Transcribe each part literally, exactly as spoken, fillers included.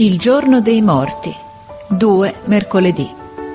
Il giorno dei morti, due mercoledì.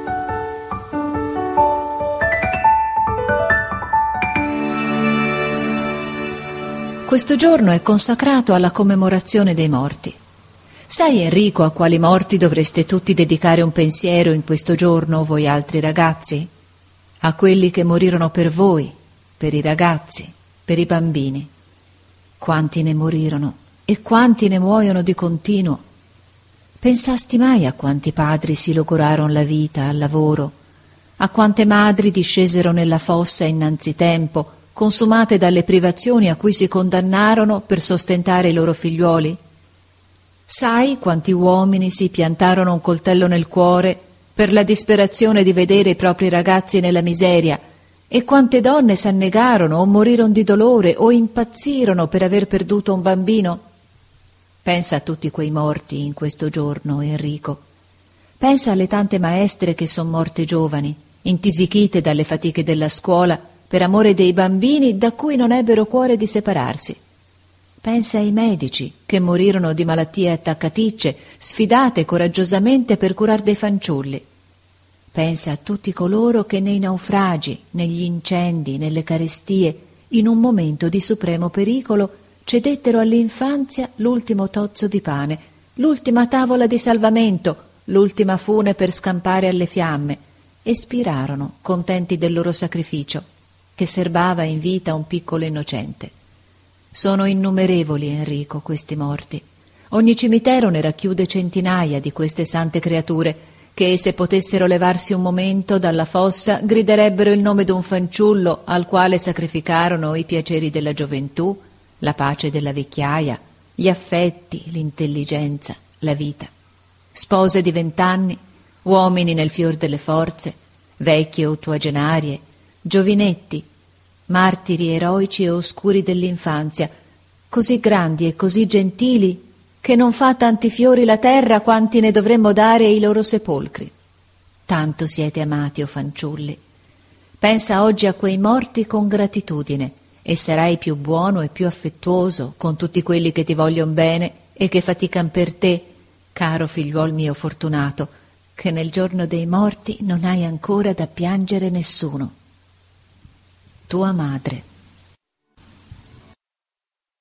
Questo giorno è consacrato alla commemorazione dei morti. Sai, Enrico, a quali morti dovreste tutti dedicare un pensiero in questo giorno, voi altri ragazzi? A quelli che morirono per voi, per i ragazzi, per i bambini. Quanti ne morirono e quanti ne muoiono di continuo. Pensasti mai a quanti padri si logorarono la vita al lavoro, a quante madri discesero nella fossa innanzitempo, consumate dalle privazioni a cui si condannarono per sostentare i loro figliuoli? Sai quanti uomini si piantarono un coltello nel cuore per la disperazione di vedere i propri ragazzi nella miseria, e quante donne s'annegarono o morirono di dolore o impazzirono per aver perduto un bambino? Pensa a tutti quei morti in questo giorno, Enrico. Pensa alle tante maestre che son morte giovani, intisichite dalle fatiche della scuola, per amore dei bambini da cui non ebbero cuore di separarsi. Pensa ai medici che morirono di malattie attaccaticce, sfidate coraggiosamente per curar dei fanciulli. Pensa a tutti coloro che nei naufragi, negli incendi, nelle carestie, in un momento di supremo pericolo, cedettero all'infanzia l'ultimo tozzo di pane, l'ultima tavola di salvamento, l'ultima fune per scampare alle fiamme, e spirarono, contenti del loro sacrificio, che serbava in vita un piccolo innocente. Sono innumerevoli, Enrico, questi morti. Ogni cimitero ne racchiude centinaia di queste sante creature che, se potessero levarsi un momento dalla fossa, griderebbero il nome d'un fanciullo al quale sacrificarono i piaceri della gioventù, la pace della vecchiaia, gli affetti, l'intelligenza, la vita. Spose di vent'anni, uomini nel fior delle forze, vecchie ottuagenarie, giovinetti, martiri eroici e oscuri dell'infanzia, così grandi e così gentili che non fa tanti fiori la terra quanti ne dovremmo dare ai loro sepolcri. Tanto siete amati, o fanciulli. Pensa oggi a quei morti con gratitudine, e sarai più buono e più affettuoso con tutti quelli che ti vogliono bene e che fatican per te, caro figliuol mio fortunato, che nel giorno dei morti non hai ancora da piangere nessuno. Tua madre.